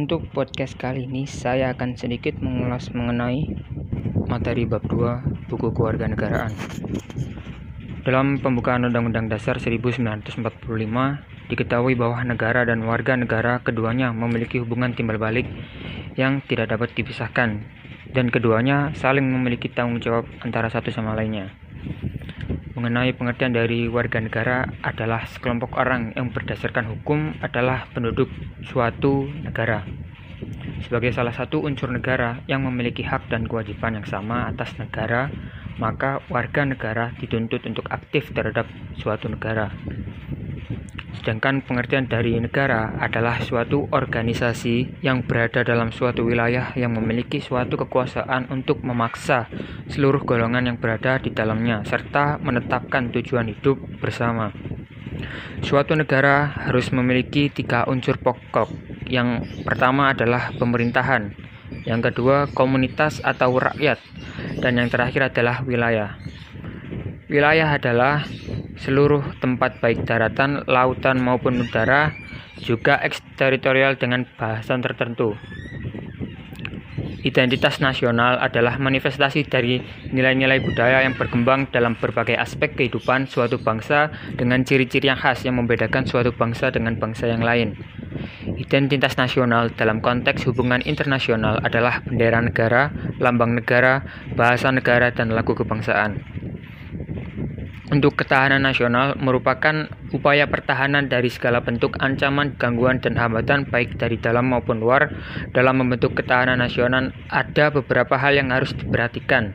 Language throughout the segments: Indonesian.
Untuk podcast kali ini, saya akan sedikit mengulas mengenai materi bab 2 buku kewarganegaraan. Dalam pembukaan Undang-Undang Dasar 1945, diketahui bahwa negara dan warga negara keduanya memiliki hubungan timbal balik yang tidak dapat dipisahkan, dan keduanya saling memiliki tanggung jawab antara satu sama lainnya. Mengenai pengertian dari warga negara adalah sekelompok orang yang berdasarkan hukum adalah penduduk suatu negara. Sebagai salah satu unsur negara yang memiliki hak dan kewajiban yang sama atas negara, maka warga negara dituntut untuk aktif terhadap suatu negara. Sedangkan pengertian dari negara adalah suatu organisasi yang berada dalam suatu wilayah yang memiliki suatu kekuasaan untuk memaksa seluruh golongan yang berada di dalamnya serta menetapkan tujuan hidup bersama. Suatu negara harus memiliki 3 unsur pokok. Yang pertama adalah pemerintahan, yang kedua komunitas atau rakyat, dan yang terakhir adalah wilayah. Wilayah adalah seluruh tempat baik daratan, lautan maupun udara, juga eksteritorial dengan bahasan tertentu. Identitas nasional adalah manifestasi dari nilai-nilai budaya yang berkembang dalam berbagai aspek kehidupan suatu bangsa dengan ciri-ciri yang khas yang membedakan suatu bangsa dengan bangsa yang lain. Identitas nasional dalam konteks hubungan internasional adalah bendera negara, lambang negara, bahasa negara, dan lagu kebangsaan. Untuk ketahanan nasional merupakan upaya pertahanan dari segala bentuk ancaman, gangguan, dan hambatan baik dari dalam maupun luar. Dalam membentuk ketahanan nasional ada beberapa hal yang harus diperhatikan.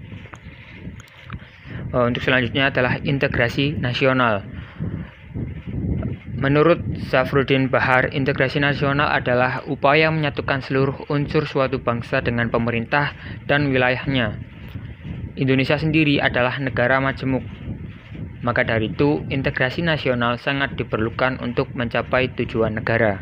Untuk selanjutnya adalah integrasi nasional. Menurut Safruddin Bahar, integrasi nasional adalah upaya menyatukan seluruh unsur suatu bangsa dengan pemerintah dan wilayahnya. Indonesia sendiri adalah negara majemuk. Maka dari itu, integrasi nasional sangat diperlukan untuk mencapai tujuan negara.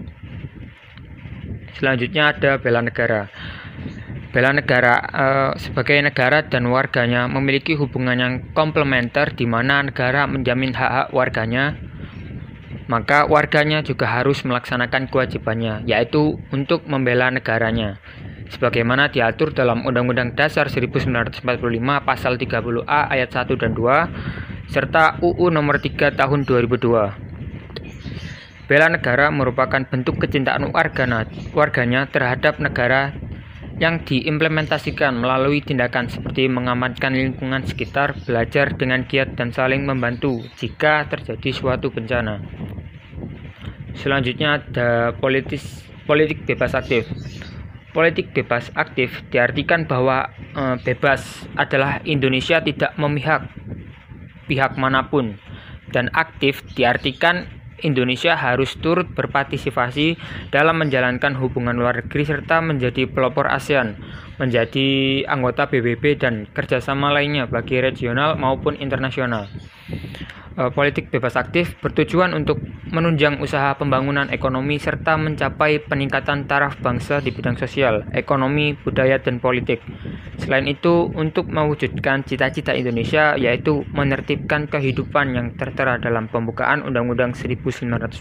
Selanjutnya ada bela negara. Bela negara sebagai negara dan warganya memiliki hubungan yang komplementer di mana negara menjamin hak-hak warganya, maka warganya juga harus melaksanakan kewajibannya, yaitu untuk membela negaranya. Sebagaimana diatur dalam Undang-Undang Dasar 1945 Pasal 30A ayat 1 dan 2 serta UU Nomor 3 Tahun 2002. Bela negara merupakan bentuk kecintaan warganya terhadap negara yang diimplementasikan melalui tindakan seperti mengamankan lingkungan sekitar, belajar dengan giat, dan saling membantu jika terjadi suatu bencana. Selanjutnya ada politik bebas aktif. Politik bebas aktif diartikan bahwa bebas adalah Indonesia tidak memihak pihak manapun, dan aktif diartikan Indonesia harus turut berpartisipasi dalam menjalankan hubungan luar negeri serta menjadi pelopor ASEAN, menjadi anggota PBB dan kerjasama lainnya bagi regional maupun internasional. Politik bebas aktif bertujuan untuk menunjang usaha pembangunan ekonomi serta mencapai peningkatan taraf bangsa di bidang sosial, ekonomi, budaya, dan politik. Selain itu, untuk mewujudkan cita-cita Indonesia yaitu menertibkan kehidupan yang tertera dalam pembukaan Undang-Undang 1945.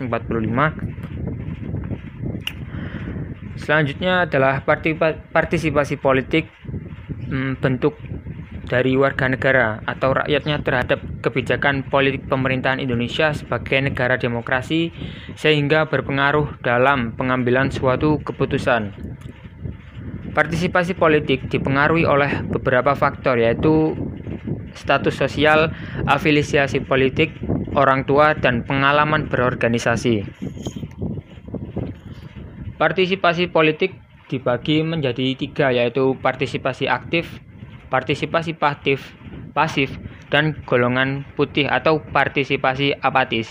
Selanjutnya adalah partisipasi politik, bentuk dari warga negara atau rakyatnya terhadap kebijakan politik pemerintahan Indonesia sebagai negara demokrasi sehingga berpengaruh dalam pengambilan suatu keputusan. Partisipasi politik dipengaruhi oleh beberapa faktor, yaitu status sosial, afiliasi politik, orang tua, dan pengalaman berorganisasi. Partisipasi politik dibagi menjadi 3, yaitu partisipasi aktif, partisipasi pasif, dan golongan putih atau partisipasi apatis.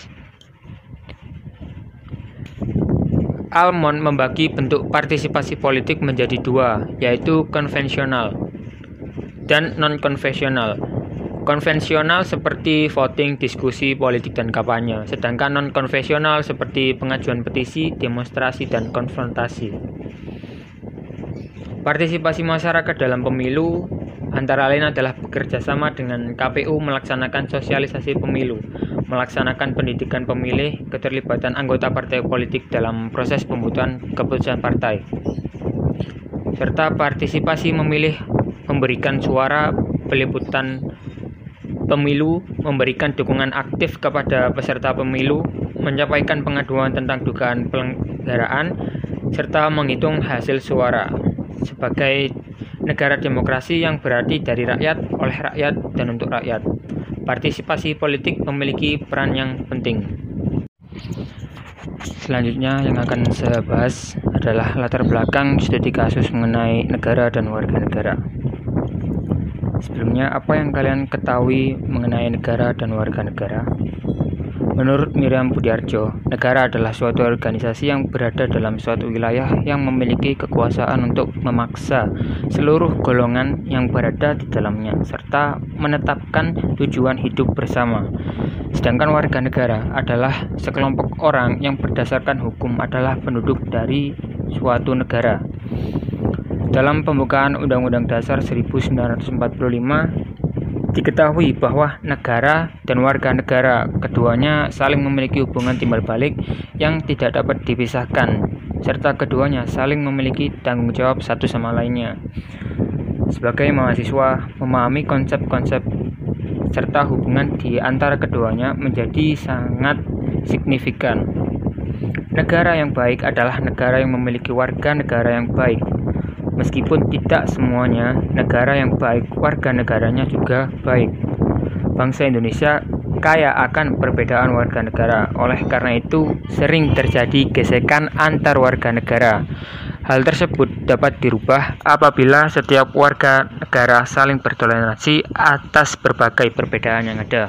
Almond membagi bentuk partisipasi politik menjadi 2, yaitu konvensional dan non-konvensional. Konvensional seperti voting, diskusi, politik, dan kampanye, sedangkan non-konvensional seperti pengajuan petisi, demonstrasi, dan konfrontasi. Partisipasi masyarakat dalam pemilu antara lain adalah bekerja sama dengan KPU melaksanakan sosialisasi pemilu, melaksanakan pendidikan pemilih, keterlibatan anggota partai politik dalam proses pembuatan keputusan partai, serta partisipasi memilih, memberikan suara, peliputan pemilu, memberikan dukungan aktif kepada peserta pemilu, menyampaikan pengaduan tentang dugaan pelanggaran, serta menghitung hasil suara. Sebagai negara demokrasi yang berarti dari rakyat, oleh rakyat, dan untuk rakyat, partisipasi politik memiliki peran yang penting. Selanjutnya yang akan saya bahas adalah latar belakang studi kasus mengenai negara dan warga negara. Sebelumnya, apa yang kalian ketahui mengenai negara dan warga negara? Menurut Miriam Budiarjo, negara adalah suatu organisasi yang berada dalam suatu wilayah yang memiliki kekuasaan untuk memaksa seluruh golongan yang berada di dalamnya, serta menetapkan tujuan hidup bersama. Sedangkan warga negara adalah sekelompok orang yang berdasarkan hukum adalah penduduk dari suatu negara. Dalam pembukaan Undang-Undang Dasar 1945, diketahui bahwa negara dan warga negara keduanya saling memiliki hubungan timbal balik yang tidak dapat dipisahkan, serta keduanya saling memiliki tanggung jawab satu sama lainnya. Sebagai mahasiswa, memahami konsep-konsep serta hubungan di antara keduanya menjadi sangat signifikan. Negara yang baik adalah negara yang memiliki warga negara yang baik. Meskipun tidak semuanya negara yang baik, warga negaranya juga baik. Bangsa Indonesia kaya akan perbedaan warga negara. Oleh karena itu, sering terjadi gesekan antar warga negara. Hal tersebut dapat dirubah apabila setiap warga negara saling bertoleransi atas berbagai perbedaan yang ada.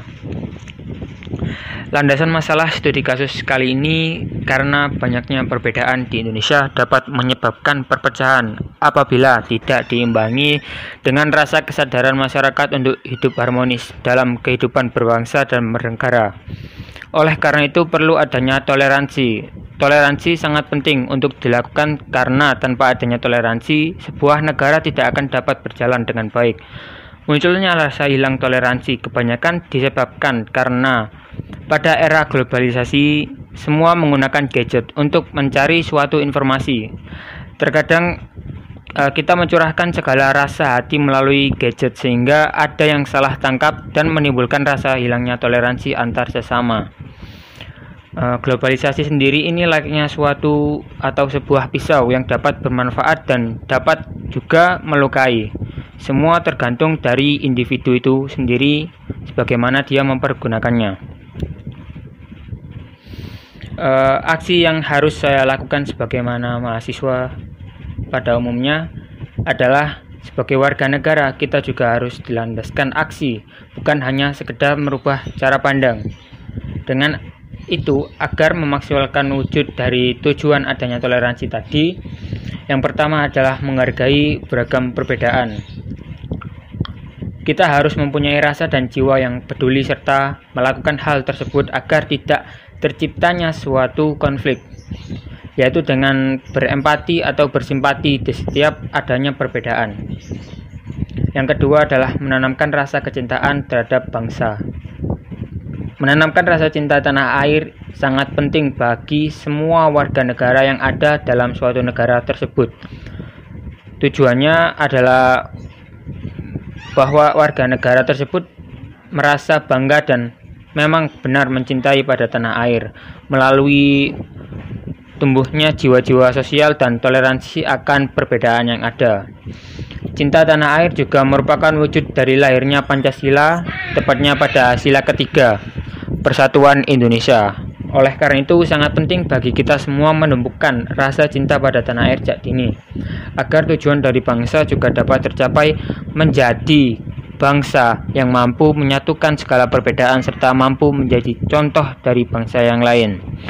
Landasan masalah studi kasus kali ini karena banyaknya perbedaan di Indonesia dapat menyebabkan perpecahan apabila tidak diimbangi dengan rasa kesadaran masyarakat untuk hidup harmonis dalam kehidupan berbangsa dan bernegara. Oleh karena itu perlu adanya toleransi. Toleransi sangat penting untuk dilakukan karena tanpa adanya toleransi, sebuah negara tidak akan dapat berjalan dengan baik. Munculnya rasa hilang toleransi kebanyakan disebabkan karena pada era globalisasi, semua menggunakan gadget untuk mencari suatu informasi. Terkadang kita mencurahkan segala rasa hati melalui gadget sehingga ada yang salah tangkap dan menimbulkan rasa hilangnya toleransi antar sesama. Globalisasi sendiri ini layaknya suatu atau sebuah pisau yang dapat bermanfaat dan dapat juga melukai. Semua tergantung dari individu itu sendiri sebagaimana dia mempergunakannya. Aksi yang harus saya lakukan sebagaimana mahasiswa pada umumnya adalah sebagai warga negara kita juga harus dilandaskan aksi, bukan hanya sekedar merubah cara pandang. Dengan itu, agar memaksimalkan wujud dari tujuan adanya toleransi tadi, yang pertama adalah menghargai beragam perbedaan. Kita harus mempunyai rasa dan jiwa yang peduli serta melakukan hal tersebut agar tidak terciptanya suatu konflik, yaitu dengan berempati atau bersimpati di setiap adanya perbedaan. Yang kedua adalah menanamkan rasa kecintaan terhadap bangsa. Menanamkan rasa cinta tanah air sangat penting bagi semua warga negara yang ada dalam suatu negara tersebut. Tujuannya adalah bahwa warga negara tersebut merasa bangga dan memang benar mencintai pada tanah air. Melalui tumbuhnya jiwa-jiwa sosial dan toleransi akan perbedaan yang ada. Cinta tanah air juga merupakan wujud dari lahirnya Pancasila, tepatnya pada sila ketiga, Persatuan Indonesia. Oleh karena itu sangat penting bagi kita semua menumbuhkan rasa cinta pada tanah air sejak dini, agar tujuan dari bangsa juga dapat tercapai menjadi bangsa yang mampu menyatukan segala perbedaan serta mampu menjadi contoh dari bangsa yang lain.